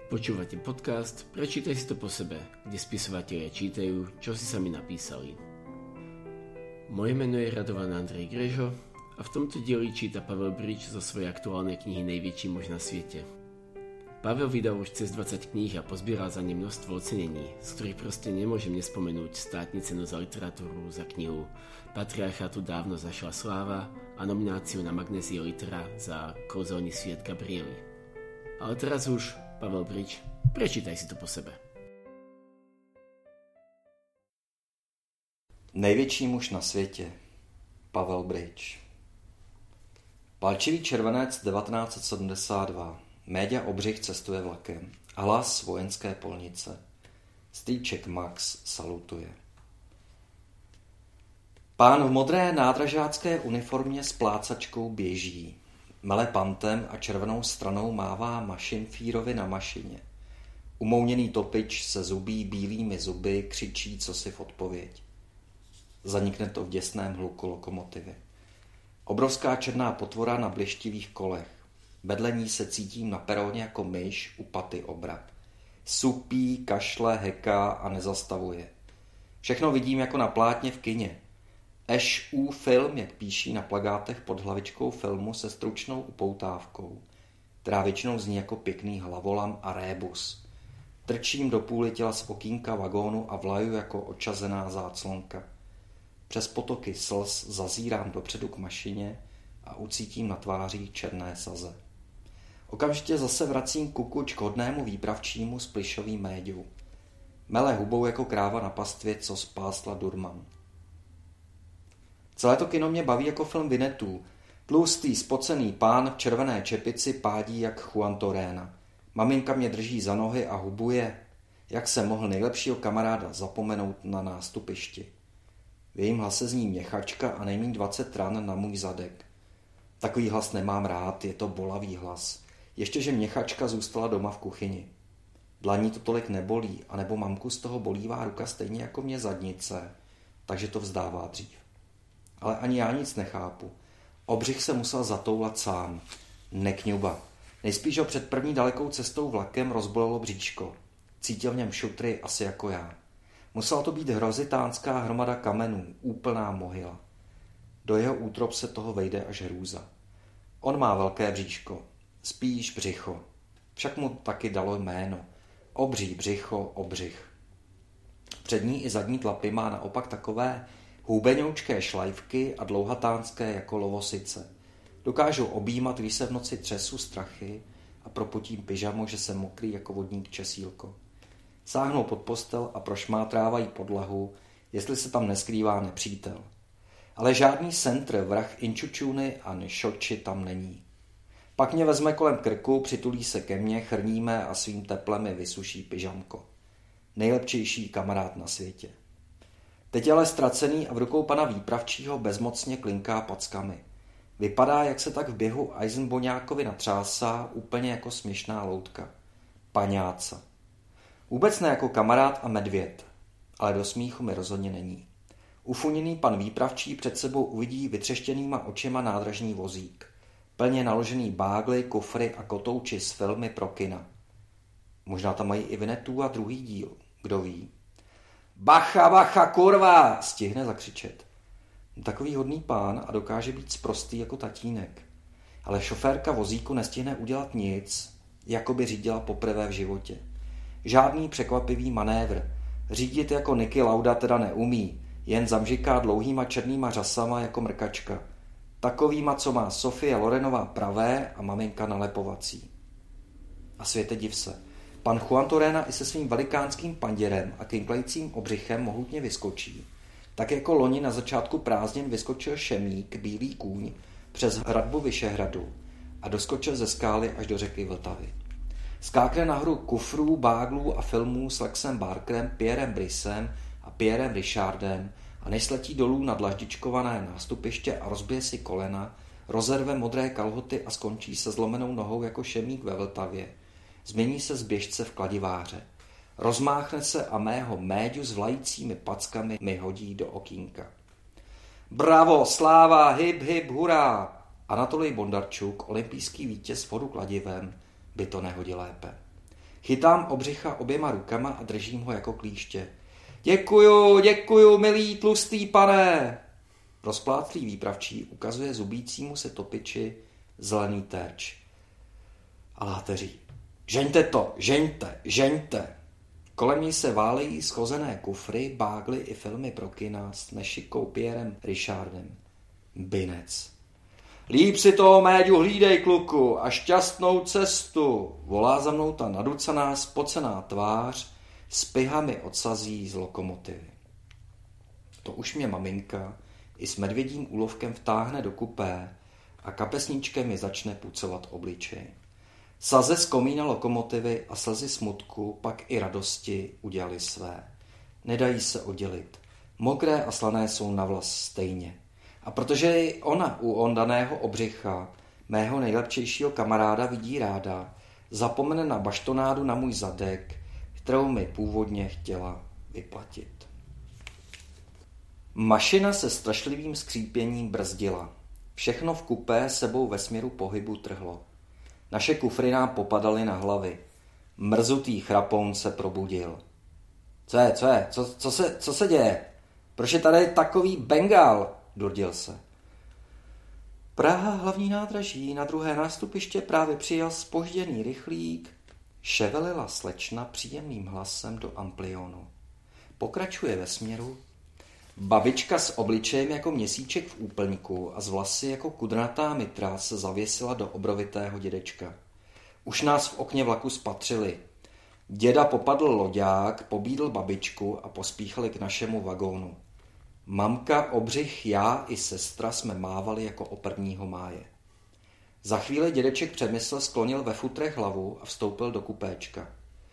Počúvate podcast Prečítaj si to po sebe, kde spisovatelia čítajú, čo si sami napísali. Moje meno je Radovan Andrej Grežo a v tomto dieli číta Pavel Bridge zo svojej aktuálnej knihy Nejväčší muž na svete. Pavel vydal už cez 20 kníh a pozbieral za ne množstvo ocenení, z ktorých proste nemôžem nespomenúť státni cenu za literatúru za knihu Patriarchátu dávno zašla sláva a nomináciu na Magnézie Litera za Kouzelný sviet Gabriely. Ale teraz už, Pavel Bridge, prečítaj si to po sebe. Největší muž na světě, Pavel Bridge. Palčivý červenec 1972. Méďa Obřich cestuje vlakem. Hlas vojenské polnice. Strýček Max salutuje. Pán v modré nádražácké uniformě s plácačkou běží. Mele pantem a červenou stranou mává mašinfírovi na mašině. Umouněný topič se zubí bílými zuby křičí cosi v odpověď. Zanikne to v děsném hluku lokomotivy. Obrovská černá potvora na blištivých kolech. Vedle ní se cítím na peroně jako myš u paty obra. Supí, kašle, heká a nezastavuje. Všechno vidím jako na plátně v kině. ŠU film, jak píší na plakátech pod hlavičkou filmu se stručnou upoutávkou, která většinou zní jako pěkný hlavolam a rébus. Trčím do půly těla z okýnka vagónu a vlaju jako očazená záclonka. Přes potoky slz zazírám dopředu k mašině a ucítím na tvářích černé saze. Okamžitě zase vracím kukuč k hodnému výpravčímu s plyšovým méďou. Mele hubou jako kráva na pastvě, co spásla Durman. Celé to kino mě baví jako film Vinetů. Tlustý, spocený pán v červené čepici pádí jak Juan Torena. Maminka mě drží za nohy a hubuje, jak se mohl nejlepšího kamaráda zapomenout na nástupišti. V jejím hlase zní měchačka a nejmíň 20 ran na můj zadek. Takový hlas nemám rád, je to bolavý hlas. Ještě, že měchačka zůstala doma v kuchyni. Dlaní to tolik nebolí, anebo mamku z toho bolívá ruka stejně jako mě zadnice, takže to vzdává dřív. Ale ani já nic nechápu. Obřich se musel zatoulat sám. Nekňuba. Nejspíš ho před první dalekou cestou vlakem rozbolelo bříško. Cítil v něm šutry asi jako já. Musela to být hrozitánská hromada kamenů, úplná mohyla. Do jeho útrop se toho vejde až hrůza. On má velké bříško. Spíš břicho. Však mu taky dalo jméno. Obří břicho, Obřich. Přední i zadní tlapy má naopak takové hůbeňoučké šlajvky a dlouhatánské jako lovosice. Dokážou objímat, když se v noci třesu strachy a propotím pyžamo, že jsem mokrý jako vodník česílko. Sáhnou pod postel a prošmátrávají podlahu, jestli se tam neskrývá nepřítel. Ale žádný centr, vrah Inčučuny a Nšoči tam není. Pak mě vezme kolem krku, přitulí se ke mně, chrníme a svým teplem mi vysuší pyžamko. Nejlepčejší kamarád na světě. Teď ale ztracený a v rukou pana výpravčího bezmocně klinká packami. Vypadá, jak se tak v běhu Eisenboňákovi natřásá, úplně jako směšná loutka. Paňáca. Vůbec ne jako kamarád a medvěd, ale do smíchu mi rozhodně není. Ufuněný pan výpravčí před sebou uvidí vytřeštěnýma očima nádražní vozík. Plně naložený bágly, kufry a kotouči s filmy pro kina. Možná tam mají i Vinetů a druhý díl, kdo ví. Bacha, bacha, kurva, stihne zakřičet. Takový hodný pán a dokáže být sprostý jako tatínek. Ale šoférka vozíku nestihne udělat nic, jako by řídila poprvé v životě. Žádný překvapivý manévr. Řídit jako Niki Lauda teda neumí, jen zamžiká dlouhýma černýma řasama jako mrkačka. Takovýma, co má Sofie Lorenová pravé a maminka nalepovací. A světe div se. Pan Juan Torena i se svým velikánským panděrem a kinklajícím obřichem mohutně vyskočí. Tak jako loni na začátku prázdnin vyskočil Šemík, bílý kůň, přes hradbu Vyšehradu a doskočil ze skály až do řeky Vltavy. Skákne nahoru kufrů, báglů a filmů s Lexem Barkerem, Pierrem Brissem a Pierrem Richardem a než sletí dolů na dlaždičkované nástupiště a rozbije si kolena, rozerve modré kalhoty a skončí se zlomenou nohou jako Šemík ve Vltavě. Změní se z běžce v kladiváře. Rozmáchne se a mého méďu s vlajícími packami mi hodí do okýnka. Bravo, sláva, hip, hip, hurá! Anatolij Bondarčuk, olympijský vítěz v hodu kladivem, by to nehodil lépe. Chytám Obřicha oběma rukama a držím ho jako klíště. Děkuju, milý tlustý pane! Rozplátlý výpravčí ukazuje zubícímu se topiči zelený terč. A láteří. Žeňte to, žeňte! Kolem ní se válejí schozené kufry, bágly i filmy pro kina s nešikou Pierrem Richardem. Binec. Líp si toho méďu hlídej, kluku, a šťastnou cestu, volá za mnou ta naducaná, spocená tvář s pihami odsazí z lokomotivy. To už mě maminka i s medvědím úlovkem vtáhne do kupé a kapesníčkem mi začne pucovat obličej. Saze z komína lokomotivy a slzy smutku, pak i radosti udělali své. Nedají se oddělit. Mokré a slané jsou na vlas stejně. A protože i ona u ondaného Obřicha, mého nejlepšejšího kamaráda, vidí ráda, zapomene na baštonádu na můj zadek, kterou mi původně chtěla vyplatit. Mašina se strašlivým skřípěním brzdila. Všechno v kupé sebou ve směru pohybu trhlo. Naše kufry nám popadaly na hlavy. Mrzutý chrapoun se probudil. Co se děje? Proč je tady takový bengál? Durdil se. Praha, hlavní nádraží, na druhé nástupiště právě přijel zpožděný rychlík, ševelila slečna příjemným hlasem do amplionu. Pokračuje ve směru. Babička s obličejem jako měsíček v úplňku a z vlasy jako kudrnatá mitra se zavěsila do obrovitého dědečka. Už nás v okně vlaku spatřili. Děda popadl loďák, pobídl babičku a pospíchali k našemu vagónu. Mamka, Obřich, já i sestra jsme mávali jako o 1. máje. Za chvíli dědeček Přemysl sklonil ve futrech hlavu a vstoupil do kupéčka.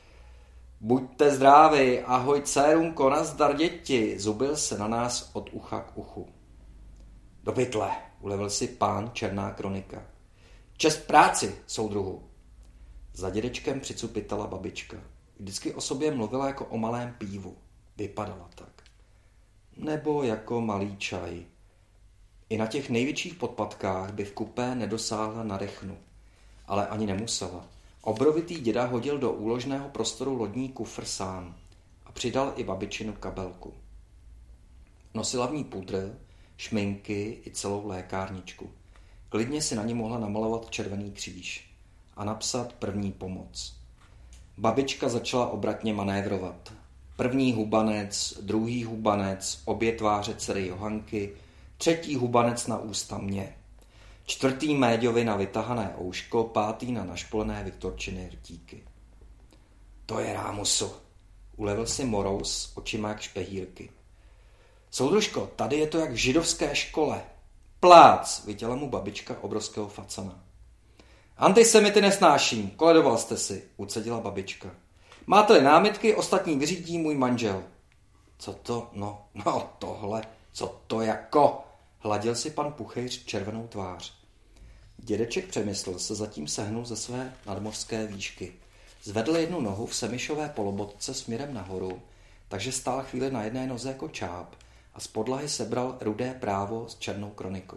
Buďte zdraví, ahoj dcérunko, nazdar děti, zubil se na nás od ucha k uchu. Do pytle, ulevil si pán Černá kronika. Čest práci, soudruhu. Za dědečkem přicupitala babička. Vždycky o sobě mluvila jako o malém pívu. Vypadala tak. Nebo jako malý čaj. I na těch největších podpatkách by v kupé nedosáhla na rechnu. Ale ani nemusela. Obrovitý děda hodil do úložného prostoru lodní kufr sám a přidal i babičinu kabelku. Nosila v ní pudr, šminky i celou lékárničku. Klidně si na ní mohla namalovat červený kříž a napsat první pomoc. Babička začala obratně manévrovat. 1. hubanec, 2. hubanec, obě tváře dcery Johanky, 3. hubanec na ústa mě. 4. méďovi na vytahané ouško, 5. na našpolené Viktorčiny rtíky. To je rámusu, ulevil si Morous očima jak špehírky. Soudružko, tady je to jak v židovské škole. Plác, vytěla mu babička obrovského facana. Antisemity nesnáším, koledoval jste si, ucedila babička. Máte-li námitky, ostatní vyřídí můj manžel. Co to? No tohle, co to jako? Hladil si pan Puchejř červenou tvář. Dědeček Přemysl se zatím sehnul ze své nadmořské výšky. Zvedl jednu nohu v semišové polobotce směrem nahoru, takže stál chvíli na jedné noze jako čáp a z podlahy sebral rudé právo s černou kronikou.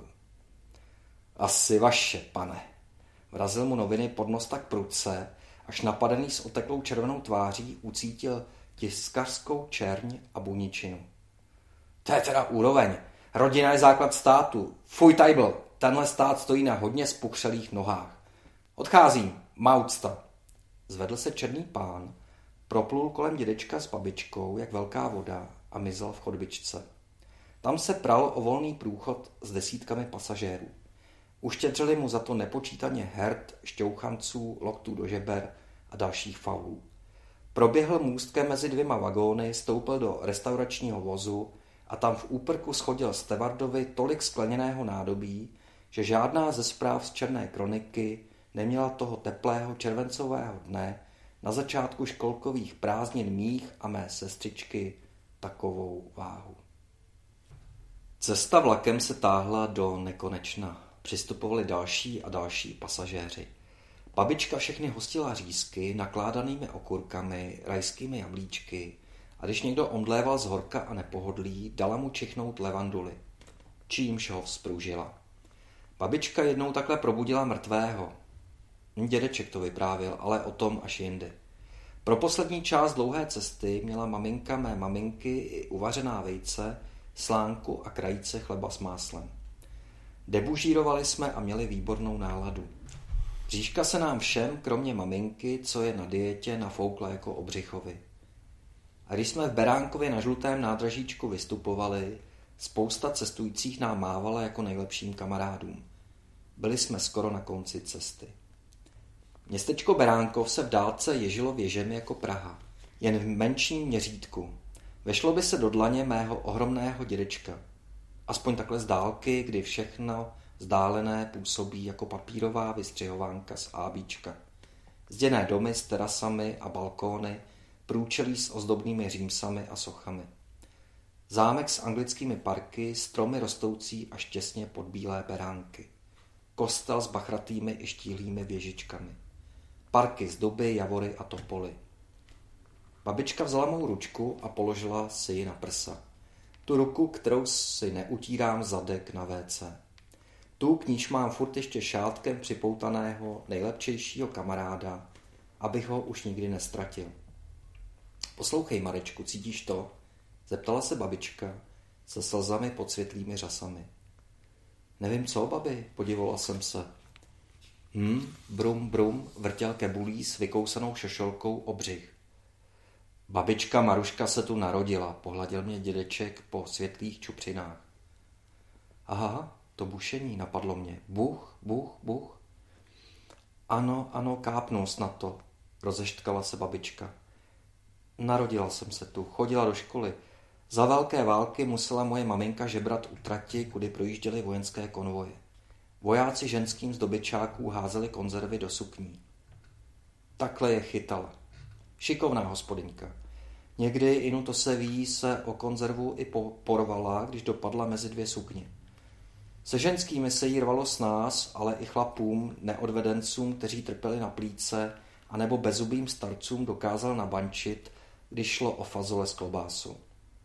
Asi vaše, pane. Vrazil mu noviny pod nos tak prudce, až napadený s oteklou červenou tváří ucítil tiskařskou čerň a buničinu. To je teda úroveň. Rodina je základ státu. Fuj tajbl, tenhle stát stojí na hodně spuchřelých nohách. Odcházím, má úcta. Zvedl se černý pán, proplul kolem dědečka s babičkou jak velká voda a mizel v chodbičce. Tam se pral o volný průchod s desítkami pasažérů. Uštědřili mu za to nepočítaně hert, šťouchanců, loktů do žeber a dalších faulů. Proběhl můstkem mezi 2 vagóny, stoupil do restauračního vozu a tam v úprku schodil stevardovi tolik skleněného nádobí, že žádná ze zpráv z Černé kroniky neměla toho teplého červencového dne na začátku školkových prázdnin mých a mé sestřičky takovou váhu. Cesta vlakem se táhla do nekonečna. Přistupovali další a další pasažéři. Babička všechny hostila řízky, nakládanými okurkami, rajskými jablíčky a když někdo omdléval z horka a nepohodlí, dala mu čichnout levanduly, čímž ho vzpružila. Babička jednou takhle probudila mrtvého. Dědeček to vyprávěl, ale o tom až jindy. Pro poslední část dlouhé cesty měla maminka mé maminky i uvařená vejce, slánku a krajíce chleba s máslem. Debužírovali jsme a měli výbornou náladu. Bříška se nám všem, kromě maminky, co je na dietě, nafoukla jako Obřichovi. A když jsme v Beránkově na žlutém nádražíčku vystupovali, spousta cestujících nám mávala jako nejlepším kamarádům. Byli jsme skoro na konci cesty. Městečko Beránkov se v dálce ježilo věžemi jako Praha, jen v menším měřítku. Vešlo by se do dlaně mého ohromného dědečka. Aspoň takhle z dálky, kdy všechno vzdálené působí jako papírová vystřihovánka z ábíčka. Zděné domy s terasami a balkóny, průčelí s ozdobnými římsami a sochami. Zámek s anglickými parky, stromy rostoucí až těsně pod bílé beránky. Kostel s bachratými i štíhlými věžičkami. Parky z duby, javory a topoly. Babička vzala mou ručku a položila si ji na prsa. Tu ruku, kterou si neutírám zadek na WC. Tu, k níž mám furt ještě šátkem připoutaného nejlepčejšího kamaráda, abych ho už nikdy nestratil. Poslouchej, Marečku, cítíš to? Zeptala se babička se slzami pod světlými řasami. Nevím co, babi, podívala jsem se. Brum, brum, vrtěl kebulí s vykousanou šošolkou Obřich. Babička Maruška se tu narodila, pohladil mě dědeček po světlých čupřinách. Aha, to bušení, napadlo mě. Buch, buch, buch. Ano, kápnul snad to, rozeštkala se babička. Narodila jsem se tu, chodila do školy. Za velké války musela moje maminka žebrat u trati, kudy projížděly vojenské konvoje. Vojáci ženským z dobyčáků házeli konzervy do sukní. Takhle je chytala. Šikovná hospodyňka. Někdy, Inu to se ví, se o konzervu i porvala, když dopadla mezi dvě sukně. Se ženskými se jí rvalo s nás, ale i chlapům, neodvedencům, kteří trpěli na plíce, anebo bezzubým starcům dokázal nabančit, když šlo o fazole s klobásou.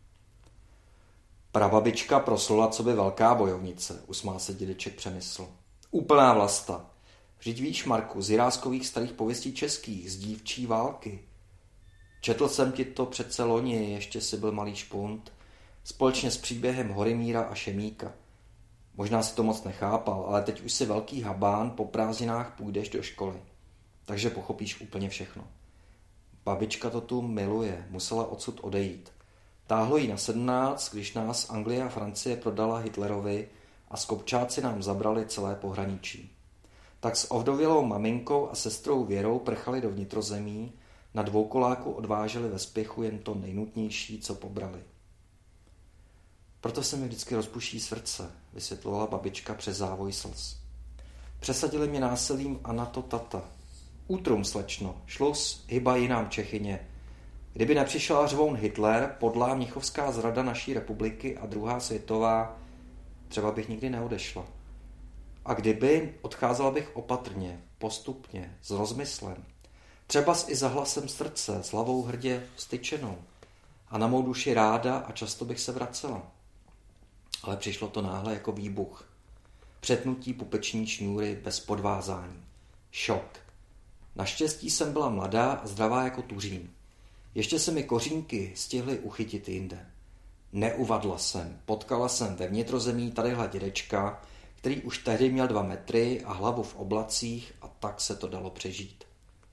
Prababička proslula coby velká bojovnice, usmál se dědeček Přemysl. Úplná vlasta. Vždyť víš, Marku, z Jiráskových starých pověstí českých, z dívčí války. Četl jsem ti to přece loni, ještě si byl malý špunt, společně s příběhem Horymíra a Šemíka. Možná si to moc nechápal, ale teď už si velký habán, po prázdninách půjdeš do školy. Takže pochopíš úplně všechno. Babička to tu miluje, musela odsud odejít. Táhlo jí na 17, když nás Anglie a Francie prodala Hitlerovi a skopčáci nám zabrali celé pohraničí. Tak s ovdovělou maminkou a sestrou Věrou prchali do vnitrozemí, na dvoukoláku odváželi ve spěchu jen to nejnutnější, co pobrali. Proto se mi vždycky rozbuší srdce, vysvětlovala babička přes závoj slz. Přesadili mě násilím a na to tata. Útrum, slečno, šlus, hyba jinám Čechyně. Kdyby nepřišel řvoun Hitler, podlá mnichovská zrada naší republiky a druhá světová, třeba bych nikdy neodešla. A kdyby, odcházela bych opatrně, postupně, s rozmyslem. Třeba i za hlasem srdce, s hlavou hrdě styčenou. A na mou duši ráda a často bych se vracela. Ale přišlo to náhle jako výbuch. Přetnutí pupeční šňůry bez podvázání. Šok. Naštěstí jsem byla mladá a zdravá jako tuřín. Ještě se mi kořínky stihly uchytit jinde. Neuvadla jsem, potkala jsem ve vnitrozemí tadyhle dědečka, který už tehdy měl 2 metry a hlavu v oblacích a tak se to dalo přežít.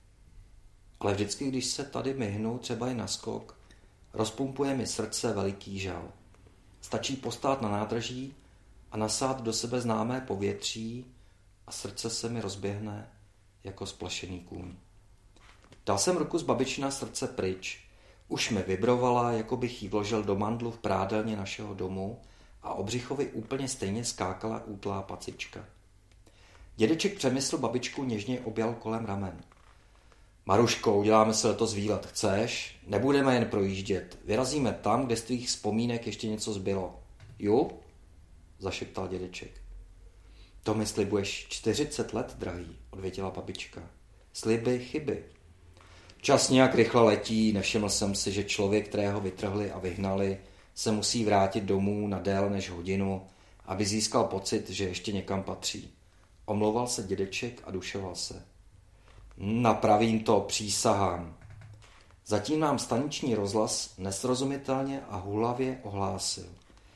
Ale vždycky, když se tady myhnu, třeba i na skok, rozpumpuje mi srdce veliký žal. Stačí postát na nádraží a nasát do sebe známé povětří a srdce se mi rozběhne jako splašený kůň. Dal jsem ruku z babičina srdce pryč. Už mi vibrovala, jako bych jí vložil do mandlu v prádelně našeho domu a Obřichovi úplně stejně skákala útlá pacička. Dědeček Přemysl babičku něžně objal kolem ramen. Maruško, uděláme se letos výlet, chceš? Nebudeme jen projíždět. Vyrazíme tam, kde z tvých vzpomínek ještě něco zbylo. Jo? Zašeptal dědeček. To mi slibuješ 40 let, drahý, odvětila babička. Sliby, chyby. Čas nějak rychle letí, nevšiml jsem si, že člověk, kterého vytrhli a vyhnali, se musí vrátit domů na déle než hodinu, aby získal pocit, že ještě někam patří. Omlouval se dědeček a dušoval se. Napravím to, přísahám. Zatím nám staniční rozhlas nesrozumitelně a hulavě ohlásil.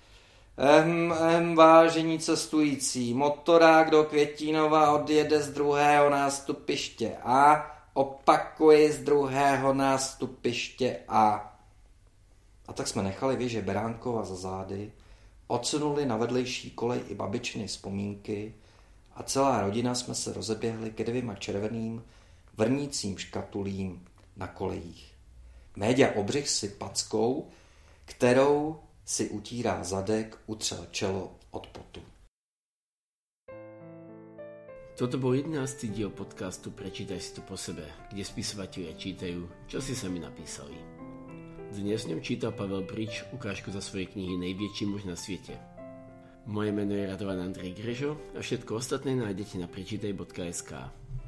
Vážení cestující, motorák do Květínova odjede z 2. nástupiště A, opakuji z 2. nástupiště A. A tak jsme nechali věže Beránkova za zády, odsunuli na vedlejší kolej i babičiny vzpomínky a celá rodina jsme se rozeběhli ke 2 červeným vrnícím škatulím na kolejích. Méďa Obřich si packou, kterou si utírá zadek, utřel čelo od potu. Toto bol 11. diel podcastu Prečítaj si to po sebe, kde spisovatelia čítajú, čo si sami napísali. Dnes v ňom čítal Pavel Brič ukážku za svoje knihy Největší muž na svete. Moje meno je Radovan Andrej Grežo a všetko ostatné nájdete na prečítaj.sk.